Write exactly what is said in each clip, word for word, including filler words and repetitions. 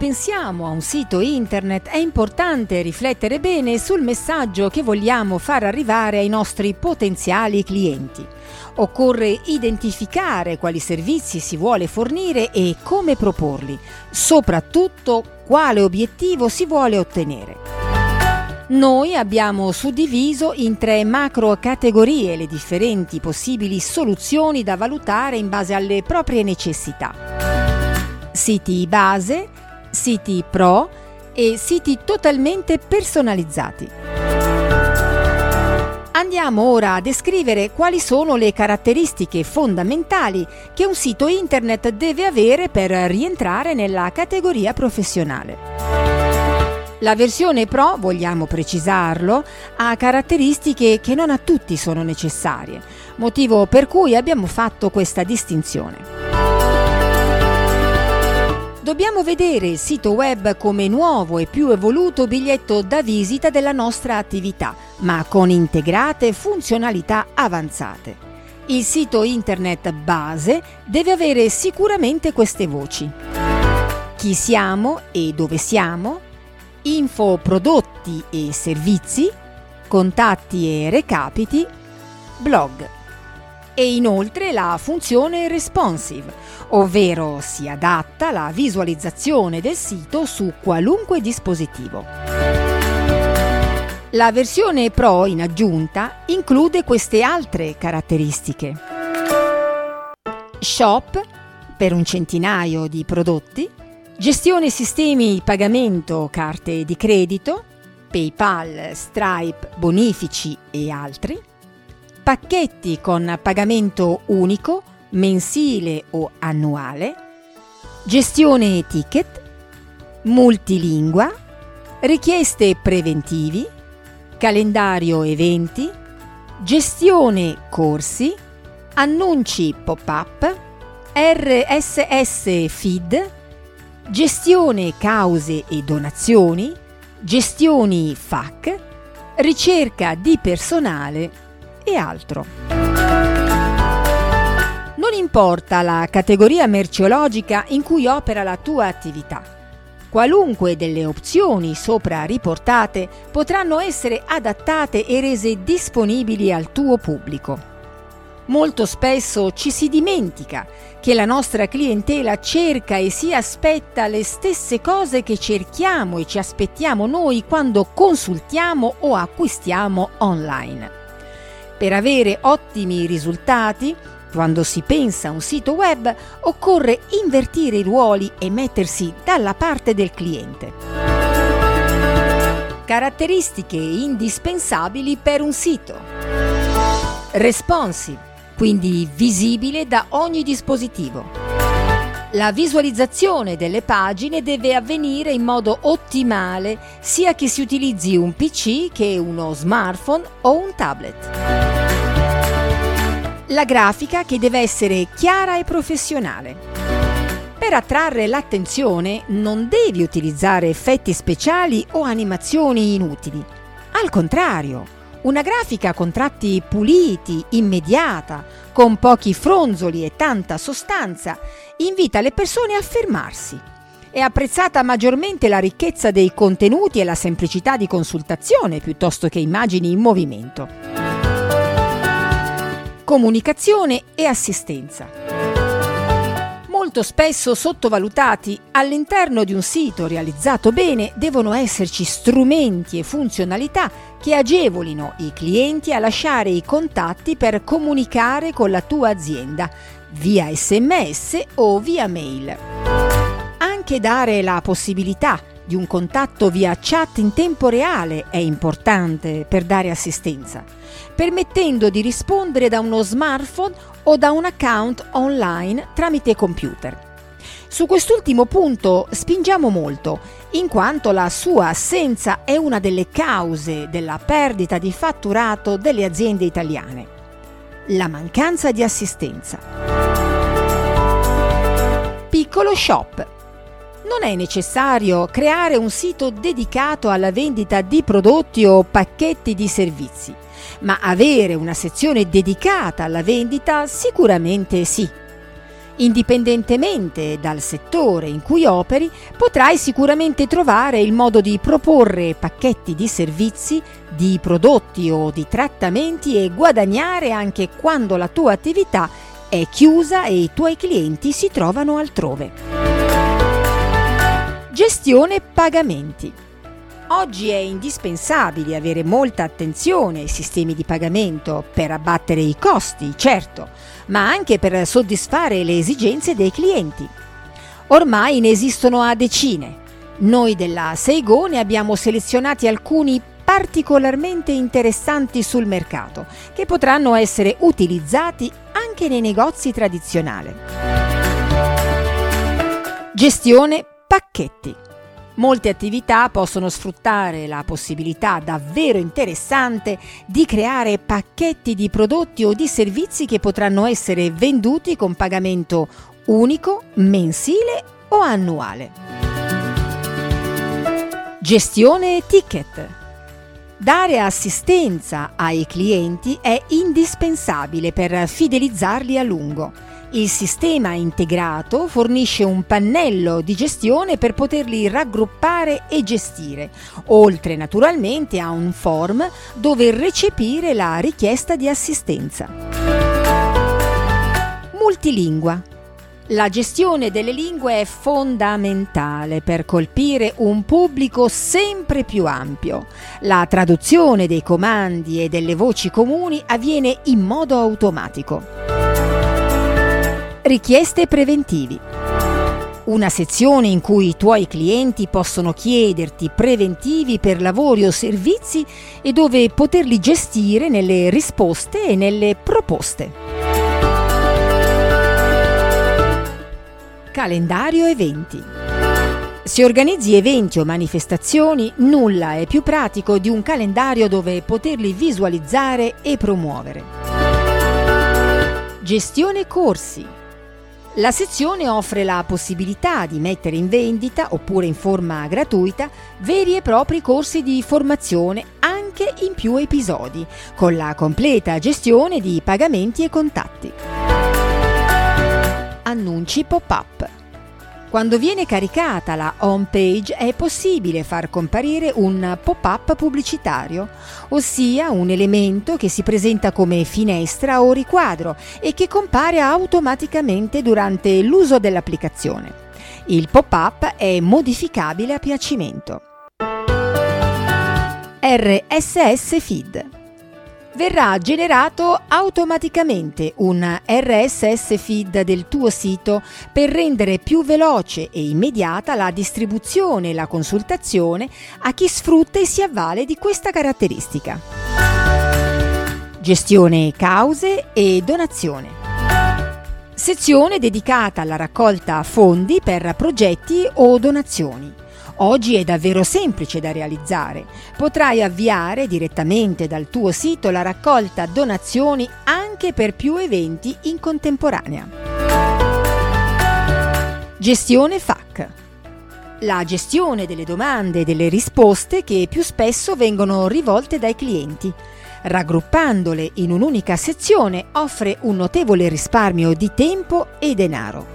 pensiamo a un sito internet è importante riflettere bene sul messaggio che vogliamo far arrivare ai nostri potenziali clienti. Occorre identificare quali servizi si vuole fornire e come proporli, soprattutto quale obiettivo si vuole ottenere. Noi abbiamo suddiviso in tre macro categorie le differenti possibili soluzioni da valutare in base alle proprie necessità. Siti base, siti pro e siti totalmente personalizzati. Andiamo ora a descrivere quali sono le caratteristiche fondamentali che un sito internet deve avere per rientrare nella categoria professionale. La versione Pro, vogliamo precisarlo, ha caratteristiche che non a tutti sono necessarie, motivo per cui abbiamo fatto questa distinzione. Dobbiamo vedere il sito web come nuovo e più evoluto biglietto da visita della nostra attività, ma con integrate funzionalità avanzate. Il sito internet base deve avere sicuramente queste voci: chi siamo e dove siamo, info prodotti e servizi, contatti e recapiti, blog. E inoltre la funzione responsive, ovvero si adatta alla visualizzazione del sito su qualunque dispositivo. La versione Pro, in aggiunta, include queste altre caratteristiche: shop per un centinaio di prodotti, gestione sistemi pagamento carte di credito, PayPal, Stripe, bonifici e altri, pacchetti con pagamento unico, mensile o annuale, gestione ticket, multilingua, richieste preventivi, calendario eventi, gestione corsi, annunci pop-up, R S S feed, gestione cause e donazioni, gestioni F A Q, ricerca di personale e altro. Non importa la categoria merceologica in cui opera la tua attività. Qualunque delle opzioni sopra riportate potranno essere adattate e rese disponibili al tuo pubblico. Molto spesso ci si dimentica che la nostra clientela cerca e si aspetta le stesse cose che cerchiamo e ci aspettiamo noi quando consultiamo o acquistiamo online. Per avere ottimi risultati, quando si pensa a un sito web, occorre invertire i ruoli e mettersi dalla parte del cliente. Caratteristiche indispensabili per un sito: responsive, quindi visibile da ogni dispositivo. La visualizzazione delle pagine deve avvenire in modo ottimale, sia che si utilizzi un P C che uno smartphone o un tablet. La grafica che deve essere chiara e professionale. Per attrarre l'attenzione non devi utilizzare effetti speciali o animazioni inutili. Al contrario, una grafica con tratti puliti, immediata, con pochi fronzoli e tanta sostanza, invita le persone a fermarsi. È apprezzata maggiormente la ricchezza dei contenuti e la semplicità di consultazione piuttosto che immagini in movimento. Comunicazione e assistenza. Molto spesso sottovalutati, all'interno di un sito realizzato bene devono esserci strumenti e funzionalità che agevolino i clienti a lasciare i contatti per comunicare con la tua azienda via S M S o via mail. Anche dare la possibilità di un contatto via chat in tempo reale è importante per dare assistenza, permettendo di rispondere da uno smartphone o da un account online tramite computer. Su quest'ultimo punto spingiamo molto, in quanto la sua assenza è una delle cause della perdita di fatturato delle aziende italiane: la mancanza di assistenza. Piccolo shop. Non è necessario creare un sito dedicato alla vendita di prodotti o pacchetti di servizi, ma avere una sezione dedicata alla vendita sicuramente sì. Indipendentemente dal settore in cui operi, potrai sicuramente trovare il modo di proporre pacchetti di servizi, di prodotti o di trattamenti e guadagnare anche quando la tua attività è chiusa e i tuoi clienti si trovano altrove. Gestione pagamenti. Oggi è indispensabile avere molta attenzione ai sistemi di pagamento per abbattere i costi, certo, ma anche per soddisfare le esigenze dei clienti. Ormai ne esistono a decine. Noi della Seigo ne abbiamo selezionati alcuni particolarmente interessanti sul mercato, che potranno essere utilizzati anche nei negozi tradizionali. Gestione pacchetti. Molte attività possono sfruttare la possibilità davvero interessante di creare pacchetti di prodotti o di servizi che potranno essere venduti con pagamento unico, mensile o annuale. Gestione ticket. Dare assistenza ai clienti è indispensabile per fidelizzarli a lungo. Il sistema integrato fornisce un pannello di gestione per poterli raggruppare e gestire, oltre naturalmente a un form dove recepire la richiesta di assistenza. Multilingua. La gestione delle lingue è fondamentale per colpire un pubblico sempre più ampio. La traduzione dei comandi e delle voci comuni avviene in modo automatico. Richieste preventivi. Una sezione in cui i tuoi clienti possono chiederti preventivi per lavori o servizi e dove poterli gestire nelle risposte e nelle proposte. Calendario eventi. Se organizzi eventi o manifestazioni, nulla è più pratico di un calendario dove poterli visualizzare e promuovere. Gestione corsi. La sezione offre la possibilità di mettere in vendita, oppure in forma gratuita, veri e propri corsi di formazione anche in più episodi, con la completa gestione di pagamenti e contatti. Annunci pop-up. Quando viene caricata la home page è possibile far comparire un pop-up pubblicitario, ossia un elemento che si presenta come finestra o riquadro e che compare automaticamente durante l'uso dell'applicazione. Il pop-up è modificabile a piacimento. R S S Feed. Verrà generato automaticamente un R S S feed del tuo sito per rendere più veloce e immediata la distribuzione e la consultazione a chi sfrutta e si avvale di questa caratteristica. Gestione cause e donazione. Sezione dedicata alla raccolta fondi per progetti o donazioni. Oggi è davvero semplice da realizzare. Potrai avviare direttamente dal tuo sito la raccolta donazioni anche per più eventi in contemporanea. Gestione F A Q. La gestione delle domande e delle risposte che più spesso vengono rivolte dai clienti. Raggruppandole in un'unica sezione offre un notevole risparmio di tempo e denaro.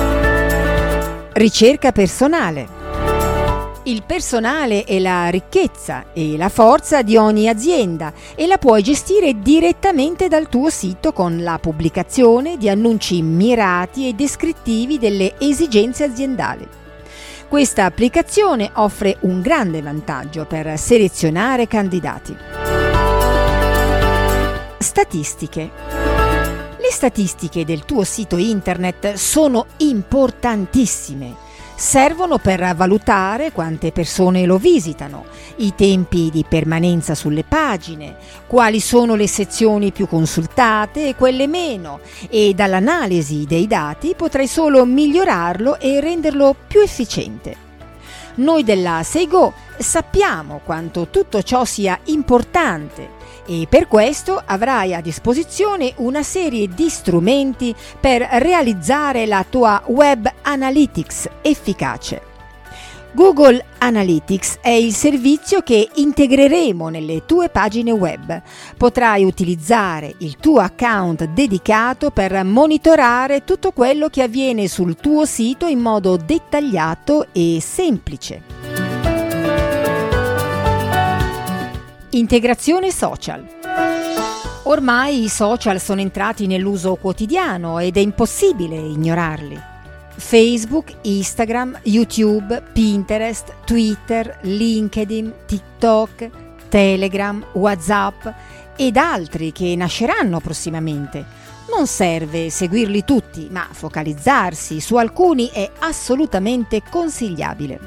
Ricerca personale. Il personale è la ricchezza e la forza di ogni azienda e la puoi gestire direttamente dal tuo sito con la pubblicazione di annunci mirati e descrittivi delle esigenze aziendali. Questa applicazione offre un grande vantaggio per selezionare candidati. Statistiche. Le statistiche del tuo sito internet sono importantissime. Servono per valutare quante persone lo visitano, i tempi di permanenza sulle pagine, quali sono le sezioni più consultate e quelle meno, e dall'analisi dei dati potrai solo migliorarlo e renderlo più efficiente. Noi della Seigo sappiamo quanto tutto ciò sia importante e per questo avrai a disposizione una serie di strumenti per realizzare la tua web analytics efficace. Google Analytics è il servizio che integreremo nelle tue pagine web. Potrai utilizzare il tuo account dedicato per monitorare tutto quello che avviene sul tuo sito in modo dettagliato e semplice. Integrazione social. Ormai i social sono entrati nell'uso quotidiano ed è impossibile ignorarli. Facebook, Instagram, YouTube, Pinterest, Twitter, LinkedIn, TikTok, Telegram, WhatsApp ed altri che nasceranno prossimamente. Non serve seguirli tutti, ma focalizzarsi su alcuni è assolutamente consigliabile.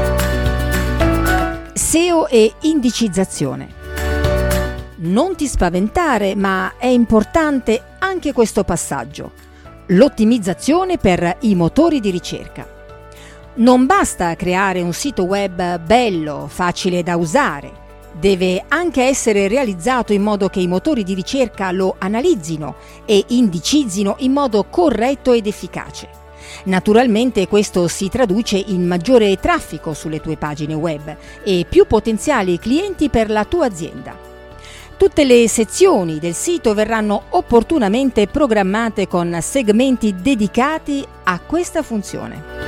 S E O e indicizzazione. Non ti spaventare, ma è importante anche questo passaggio. L'ottimizzazione per i motori di ricerca. Non basta creare un sito web bello, facile da usare. Deve anche essere realizzato in modo che i motori di ricerca lo analizzino e indicizzino in modo corretto ed efficace. Naturalmente questo si traduce in maggiore traffico sulle tue pagine web e più potenziali clienti per la tua azienda. Tutte le sezioni del sito verranno opportunamente programmate con segmenti dedicati a questa funzione.